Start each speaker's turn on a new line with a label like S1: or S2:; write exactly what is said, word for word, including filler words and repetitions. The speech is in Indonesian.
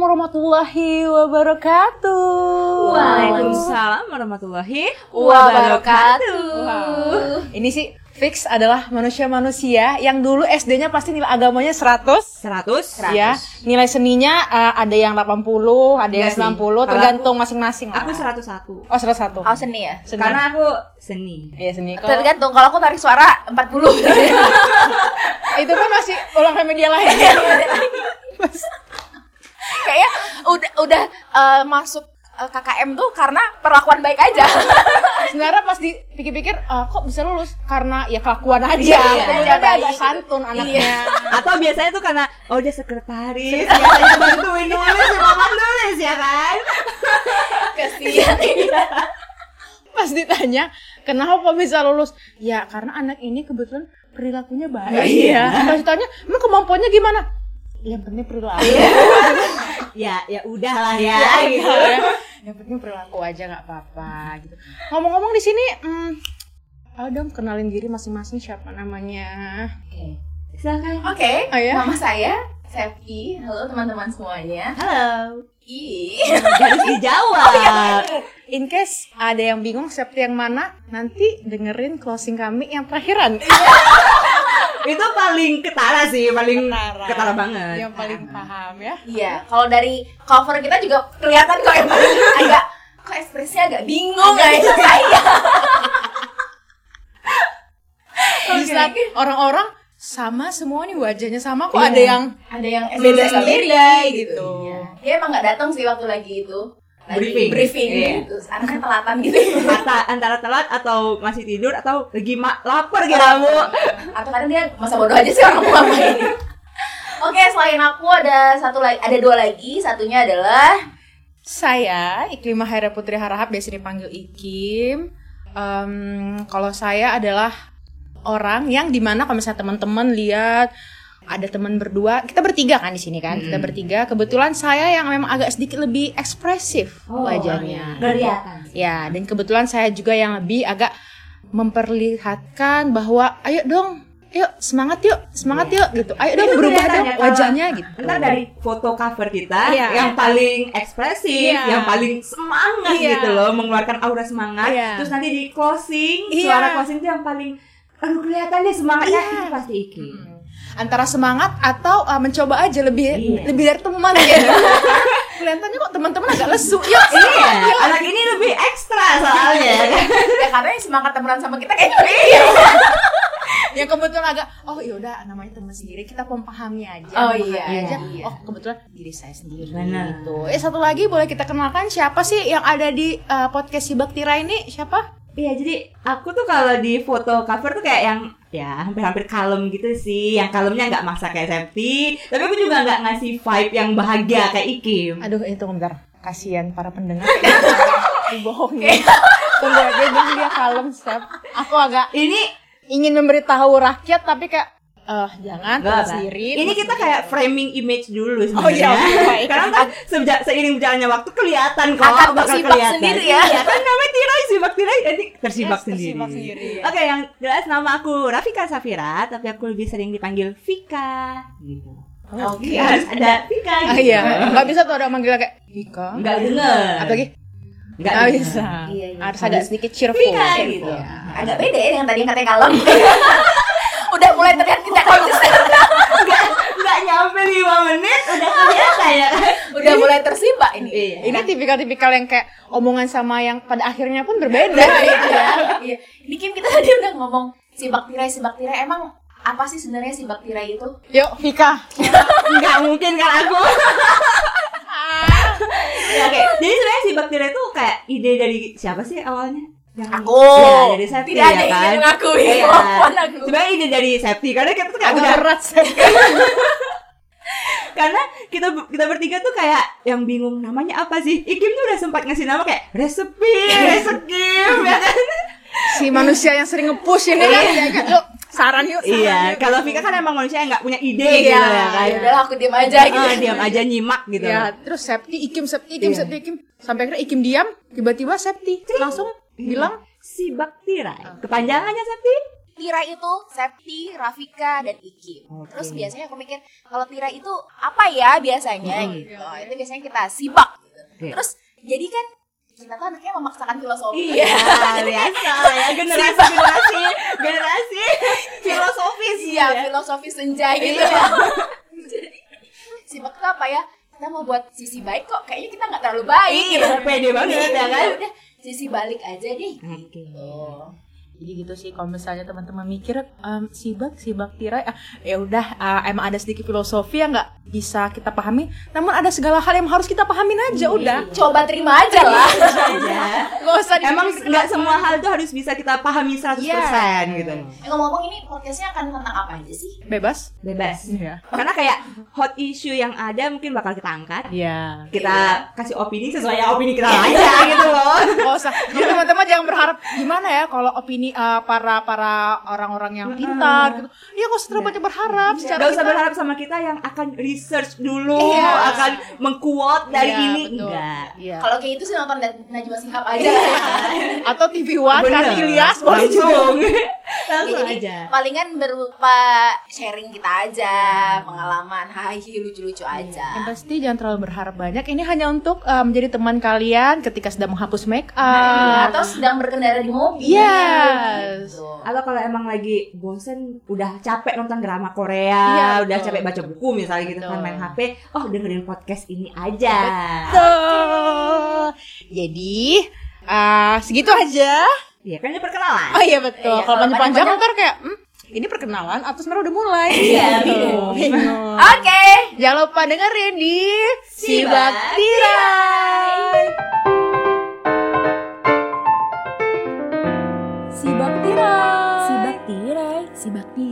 S1: warahmatullahi wabarakatuh.
S2: Waalaikumsalam warahmatullahi
S1: wabarakatuh. Wow. Ini sih fix adalah manusia-manusia yang dulu S D-nya pasti nilai agamanya seratus.
S2: seratus
S1: Ya, nilai seninya uh, ada yang delapan puluh, ada yang sembilan puluh, tergantung aku, masing-masing.
S2: Aku seratus satu.
S1: Oh, seratus satu.
S3: Oh, seni ya?
S2: Seni. Karena aku seni.
S1: Iya, seni. Kalo...
S3: Tergantung, kalau aku tarik suara empat puluh.
S1: Itu kan masih ulang media lain.
S3: Kayaknya udah udah uh, masuk uh, K K M tuh karena perlakuan baik aja.
S1: Sebenarnya pas dipikir-pikir uh, kok bisa lulus karena ya kelakuan aja.
S3: Iya,
S1: kemudian ada agak santun anaknya.
S3: Iya.
S2: Atau biasanya tuh karena oh dia sekretaris, biasanya bantuin nulis, mama nulis ya kan.
S3: Kasihan.
S1: Pas ditanya kenapa bisa lulus, ya karena anak ini kebetulan perilakunya baik. Iya. Pas ditanya emang kemampuannya gimana? Yang penting perilaku.
S2: ya ya udahlah ya,
S1: ya
S2: gitu.
S1: Ya. Yang penting perilaku aja nggak apa-apa gitu. Ngomong-ngomong di sini, hmm, ayo dong kenalin diri masing-masing siapa namanya.
S3: Oke.
S2: Silakan.
S3: Oke. Okay.
S1: Oh, ya?
S3: Nama saya Septi. Halo teman-teman semuanya.
S2: Halo.
S3: Ih.
S2: Harus dijawab.
S1: In case ada yang bingung Septi yang mana, nanti dengerin closing kami yang terakhiran.
S2: Itu paling ketara sih, paling ketara, ketara banget.
S1: Yang paling paham ya.
S3: Iya, kalau dari cover kita juga kelihatan kok yang agak kok ekspresinya agak bingung ya itu saya.
S1: Bisa orang-orang sama semua nih wajahnya sama kok,
S3: iya.
S1: ada yang
S3: ada yang
S1: beda-beda gitu.
S3: Iya. Dia emang nggak datang sih waktu lagi itu. Lagi
S2: briefing,
S3: briefing
S2: iya.
S3: gitu. Anaknya telatan gitu.
S2: Antara, antara telat atau masih tidur atau lagi ma- lapar gitu kamu.
S3: Atau kadang dia masa bodoh aja sih orang mau ngapain. Oke, selain aku ada satu lagi, ada dua lagi. Satunya adalah
S1: saya Iklimah Haira Putri Harahap, biasa dipanggil Ikim. Um, kalau saya adalah orang yang dimana kalau misalnya teman-teman lihat ada teman berdua, kita bertiga kan di sini kan, hmm. kita bertiga. Kebetulan saya yang memang agak sedikit lebih ekspresif oh, wajahnya.
S3: Kelihatan.
S1: Ya, dan kebetulan saya juga yang lebih agak memperlihatkan bahwa ayo dong, yuk semangat yuk, semangat yeah. yuk gitu. Ayo dong berubah dong ya, wajahnya gitu.
S2: Ntar dari foto cover kita
S1: yeah.
S2: yang paling ekspresif, yeah. yang paling semangat yeah. gitu loh, mengeluarkan aura semangat. Yeah. Terus nanti di closing, yeah. suara closing itu yang paling aduh kelihatan deh semangatnya yeah. itu pasti Iki. Hmm.
S1: Antara semangat atau uh, mencoba aja lebih iya. lebih dari teman gitu. Kelihatannya kok teman-teman agak lesu. Yuk,
S2: iya, yuk. Anak ini lebih ekstra soalnya.
S3: Ya karena semangat temenan sama kita kayaknya iya.
S1: Yang kebetulan agak oh yaudah namanya teman sendiri, kita memahami aja.
S3: Oh iya,
S1: aja.
S3: iya.
S1: Oh kebetulan diri saya sendiri.
S2: Benar.
S1: Gitu. Eh satu lagi boleh kita kenalkan siapa sih yang ada di uh, podcast Si Baktira ini? Siapa?
S2: Iya, jadi aku tuh kalau di foto cover tuh kayak yang ya hampir-hampir kalem gitu sih. Yang kalemnya nggak maksa kayak Septi, tapi aku juga nggak ngasih vibe yang bahagia kayak Ikim.
S1: Aduh, itu bentar. Kasian para pendengar. Dibohongin. Tunggu aja, jangan dia kalem, Sep. Aku agak
S2: ini
S1: ingin memberitahu rakyat, tapi kayak Eh, uh, jangan
S2: sendiri. Ini kita kayak framing image dulu sebenarnya.
S1: Oh iya, baik.
S2: Karena kan sejak seiring berjalannya waktu kelihatan kok
S3: akan
S2: bakal
S3: tersibak
S2: kelihatan
S3: sendiri ya.
S2: Iya, kan namanya tirai sibak tirai jadi tersibak
S1: yes,
S2: sendiri.
S1: Tersibak sendiri ya.
S2: Oke, okay, yang jelas nama aku Rafika Safira, tapi aku lebih sering dipanggil Vika gitu.
S1: Oh,
S2: Oke, okay. Harus ada Vika gitu.
S1: Ah, iya. Enggak bisa tuh ada manggil kayak Vika.
S2: Enggak denger.
S1: Apalagi
S2: Enggak
S1: bisa.
S3: Iya, iya.
S1: Harus ada sedikit cheerful
S2: Vika gitu.
S3: Ya. Agak beda ya dengan tadi yang katanya kalem. Udah mulai terlihat kita konsisten.
S2: Enggak enggak nyampe lima menit udah kelihatan ya.
S3: Udah mulai tersibak ini.
S2: Iya.
S1: Ini tipikal-tipikal yang kayak omongan sama yang pada akhirnya pun berbeda
S3: gitu ya. Iya. Ini Kim, kita tadi udah ngomong sibak tirai sibak tirai, emang apa sih sebenarnya sibak tirai itu?
S1: Yuk, Vika.
S2: Enggak mungkin kan aku. Ya, oke. Jadi sebenarnya sibak tirai itu kayak ide dari siapa sih awalnya?
S3: Yang aku
S2: ya, dari Septi
S3: tidak
S2: ya,
S3: ada
S2: kan?
S3: yang mengakui
S2: ya.
S3: kemampuan aku.
S2: Sebenarnya ide dari Septi karena kita tuh kayak
S1: agak
S2: udah
S1: berat Septi.
S2: Karena kita kita bertiga tuh kayak yang bingung namanya apa sih. Ikim tuh udah sempat ngasih nama kayak resepi, resekim ya kan.
S1: Si manusia yang sering nge-push ini kan ya kan. Yuk, saran yuk. Saran
S2: iya,
S1: yuk.
S2: kalau Vika kan emang manusia yang enggak punya ide
S1: iya,
S2: gitu ya kan.
S3: Ya udahlah aku diam aja gitu.
S2: Ah, diam aja nyimak gitu.
S1: Ya, terus Septi, Ikim, Septi, Ikim,
S2: iya.
S1: Septi, Ikim. Sampai akhirnya Ikim diam, tiba-tiba Septi langsung bilang
S2: Sibak tirai. Kepanjangannya Septi?
S3: Tirai itu Septi, Rafika, dan Iki.
S2: Oke.
S3: Terus biasanya aku mikir kalau tirai itu apa ya biasanya
S2: Hmm.
S3: gitu. Itu biasanya kita sibak gitu.
S2: Oke.
S3: Terus jadi kan kita tuh anaknya memaksakan filosofi.
S2: Iya, biasa ya generasi generasi generasi filosofis
S3: Iya, filosofi senja gitu.
S2: Iya.
S3: Jadi sibak itu apa ya? Kita mau buat sisi baik kok, kayaknya kita nggak terlalu baik gitu.
S2: Iya, pede banget ya kan?
S3: Udah, sisi balik aja deh.
S2: Oke.
S3: Oh.
S1: Jadi gitu sih kalau misalnya teman-teman mikir um, sibak sibak tirai ah, ya udah uh, emang ada sedikit filosofi yang nggak bisa kita pahami, namun ada segala hal yang harus kita pahamin aja udah.
S3: Coba terima aja lah.
S2: aja.
S1: Nggak usah
S2: Emang
S1: dipikir
S2: nggak semua hal itu harus bisa kita pahami seratus persen
S1: Iya.
S2: gitu.
S3: Eh, ngomong-ngomong ini podcastnya akan tentang apa aja sih?
S1: bebas.
S2: Bebas.
S1: Iya.
S2: Karena kayak hot issue yang ada mungkin bakal kita angkat.
S1: Iya.
S2: Kita kasih opini sesuai opini kita aja gitu loh.
S1: Nggak usah. Jadi teman-teman jangan berharap gimana ya kalau opini uh, para para orang-orang yang pintar gitu. Ya nggak usah terlalu banyak berharap. Secara
S2: Gak usah
S1: kita-
S2: berharap sama kita yang akan research dulu,
S1: Iya.
S2: akan mengquote dari
S1: Iya,
S2: ini
S1: betul.
S2: enggak.
S1: Iya.
S3: Kalau kayak itu sih nonton Na- Najwa Shihab aja lah ya.
S1: Atau T V One
S2: Bener.
S1: kan Ilyas boleh juga.
S2: langsung.
S3: Ya,
S2: langsung
S3: jadi
S2: aja.
S3: palingan berupa sharing kita aja, pengalaman, hahi lucu-lucu aja.
S1: Yang pasti jangan terlalu berharap banyak. Ini hanya untuk uh, menjadi teman kalian ketika sedang menghapus make
S3: Iya,
S1: up.
S3: atau sedang berkendara di mobil.
S1: Yes.
S3: Gitu.
S2: Atau kalau emang lagi bosen, udah capek nonton drama Korea,
S1: Iya,
S2: udah
S1: betul.
S2: capek baca buku misalnya gitu kan,
S1: Betul.
S2: main H P, oh dengerin podcast ini aja.
S1: Betul. Jadi uh, segitu aja.
S2: Iya kan ini perkenalan.
S1: Oh iya betul.
S3: Iya,
S1: kalau
S3: kalau
S1: panjang-panjang
S3: panjang-
S1: ntar kayak hmm, ini perkenalan atau sebenarnya udah mulai.
S2: Iya,
S1: Gitu.
S2: bingung.
S1: Bingung.
S3: Oke.
S1: Jangan lupa dengerin di
S2: Sibak
S1: Tirai. Sibak Tirai.
S3: Sibak tirai, sibak tirai.